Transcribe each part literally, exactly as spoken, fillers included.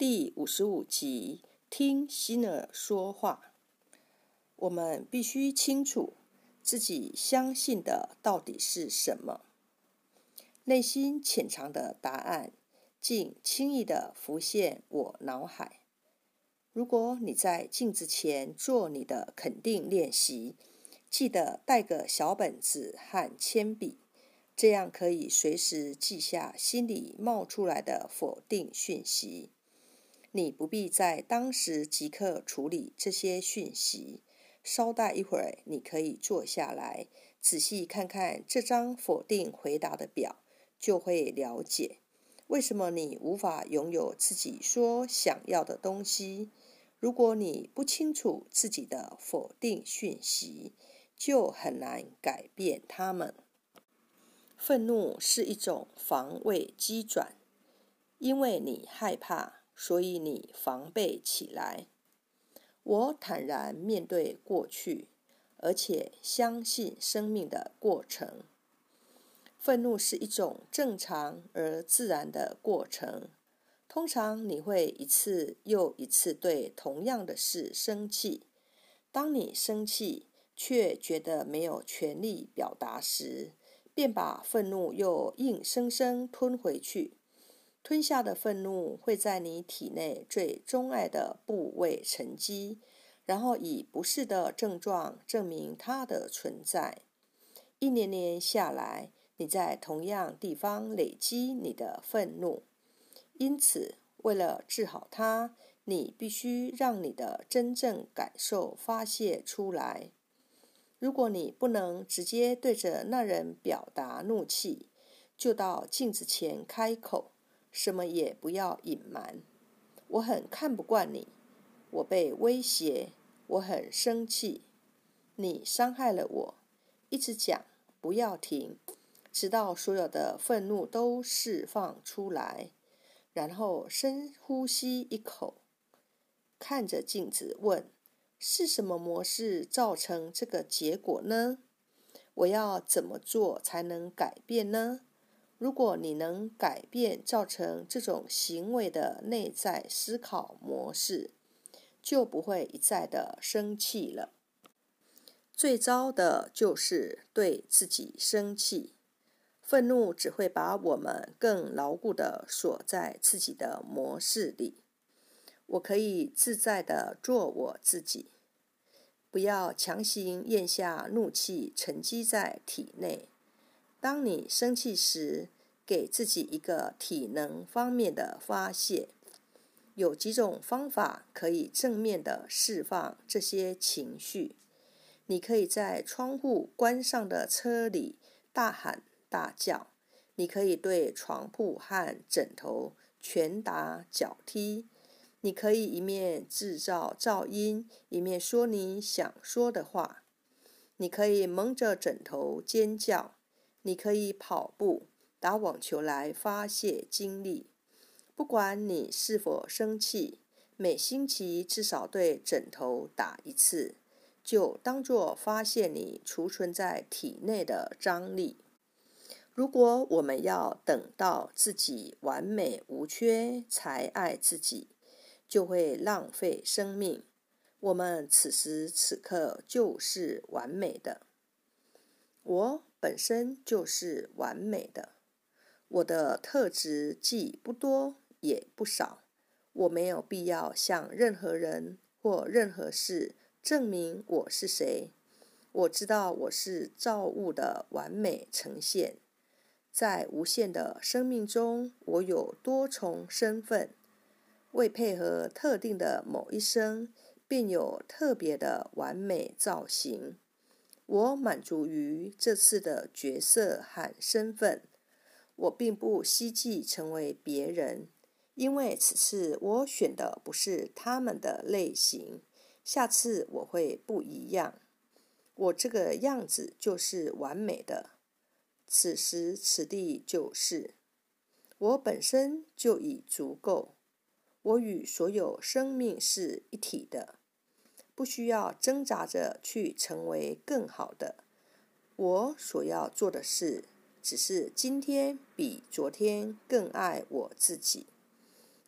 第五十五集，听心儿说话。我们必须清楚自己相信的到底是什么。内心潜藏的答案竟轻易地浮现我脑海。如果你在镜子前做你的肯定练习，记得带个小本子和铅笔，这样可以随时记下心里冒出来的否定讯息。你不必在当时即刻处理这些讯息，稍待一会儿，你可以坐下来，仔细看看这张否定回答的表，就会了解为什么你无法拥有自己所想要的东西。如果你不清楚自己的否定讯息，就很难改变它们。愤怒是一种防卫机转，因为你害怕，所以你防备起来。我坦然面对过去，而且相信生命的过程。愤怒是一种正常而自然的过程。通常你会一次又一次对同样的事生气。当你生气却觉得没有权利表达时，便把愤怒又硬生生吞回去。吞下的愤怒会在你体内最钟爱的部位沉积，然后以不适的症状证明它的存在。一年年下来，你在同样地方累积你的愤怒。因此，为了治好它，你必须让你的真正感受发泄出来。如果你不能直接对着那人表达怒气，就到镜子前开口，什么也不要隐瞒。我很看不惯你，我被威胁，我很生气，你伤害了我，一直讲，不要停，直到所有的愤怒都释放出来。然后深呼吸一口，看着镜子问，是什么模式造成这个结果呢？我要怎么做才能改变呢？如果你能改变造成这种行为的内在思考模式，就不会一再的生气了。最糟的就是对自己生气。愤怒只会把我们更牢固地锁在自己的模式里。我可以自在地做我自己，不要强行咽下怒气沉积在体内。当你生气时，给自己一个体能方面的发泄。有几种方法可以正面地释放这些情绪。你可以在窗户关上的车里大喊大叫，你可以对床铺和枕头拳打脚踢，你可以一面制造噪音，一面说你想说的话，你可以蒙着枕头尖叫，你可以跑步、打网球来发泄精力。不管你是否生气，每星期至少对枕头打一次，就当作发泄你储存在体内的张力。如果我们要等到自己完美无缺才爱自己，就会浪费生命。我们此时此刻就是完美的。我本身就是完美的。我的特质既不多也不少，我没有必要向任何人或任何事证明我是谁。我知道我是造物的完美呈现。在无限的生命中，我有多重身份，为配合特定的某一生，便有特别的完美造型。我满足于这次的角色和身份。我并不希冀成为别人，因为此次我选的不是他们的类型，下次我会不一样。我这个样子就是完美的，此时此地就是。我本身就已足够，我与所有生命是一体的，不需要挣扎着去成为更好的。我所要做的事，只是今天比昨天更爱我自己。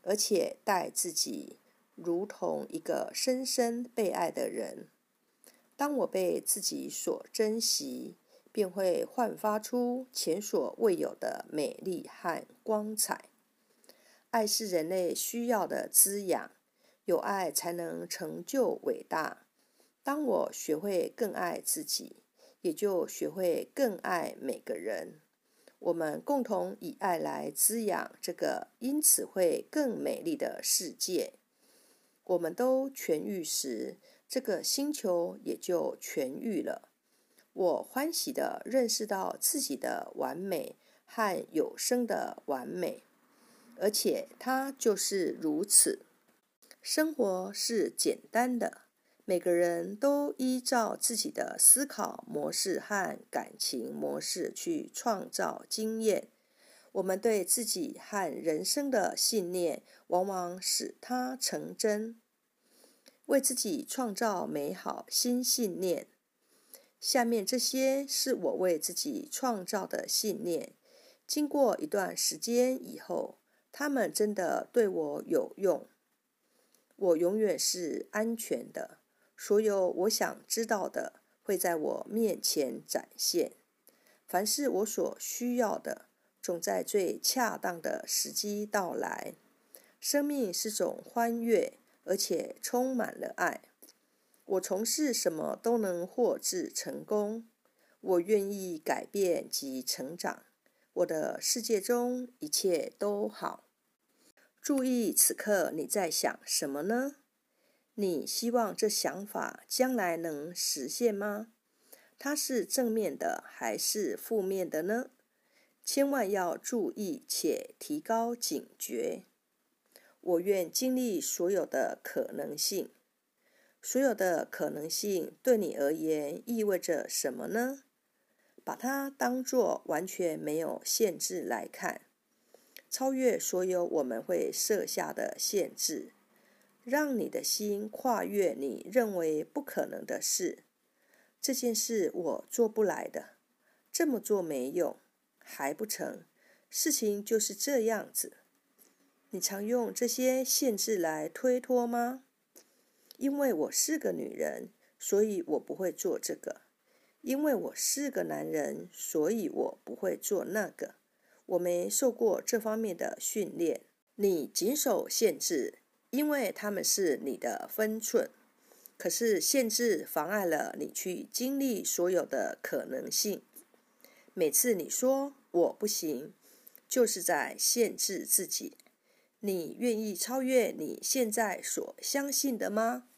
而且待自己如同一个深深被爱的人。当我被自己所珍惜，便会焕发出前所未有的美丽和光彩。爱是人类需要的滋养，有爱才能成就伟大。当我学会更爱自己，也就学会更爱每个人。我们共同以爱来滋养这个因此会更美丽的世界。我们都痊愈时，这个星球也就痊愈了。我欢喜地认识到自己的完美和有生的完美，而且它就是如此。生活是简单的，每个人都依照自己的思考模式和感情模式去创造经验。我们对自己和人生的信念，往往使它成真。为自己创造美好新信念。下面这些是我为自己创造的信念，经过一段时间以后，它们真的对我有用。我永远是安全的，所有我想知道的会在我面前展现。凡是我所需要的，总在最恰当的时机到来。生命是种欢悦，而且充满了爱。我从事什么都能获致成功。我愿意改变及成长。我的世界中一切都好。注意此刻你在想什么呢？你希望这想法将来能实现吗？它是正面的还是负面的呢？千万要注意且提高警觉。我愿经历所有的可能性。所有的可能性对你而言意味着什么呢？把它当作完全没有限制来看，超越所有我们会设下的限制，让你的心跨越你认为不可能的事。这件事我做不来的，这么做没用，还不成，事情就是这样子。你常用这些限制来推脱吗？因为我是个女人，所以我不会做这个。因为我是个男人，所以我不会做那个。我没受过这方面的训练。你谨守限制，因为它们是你的分寸。可是限制妨碍了你去经历所有的可能性。每次你说我不行，就是在限制自己。你愿意超越你现在所相信的吗？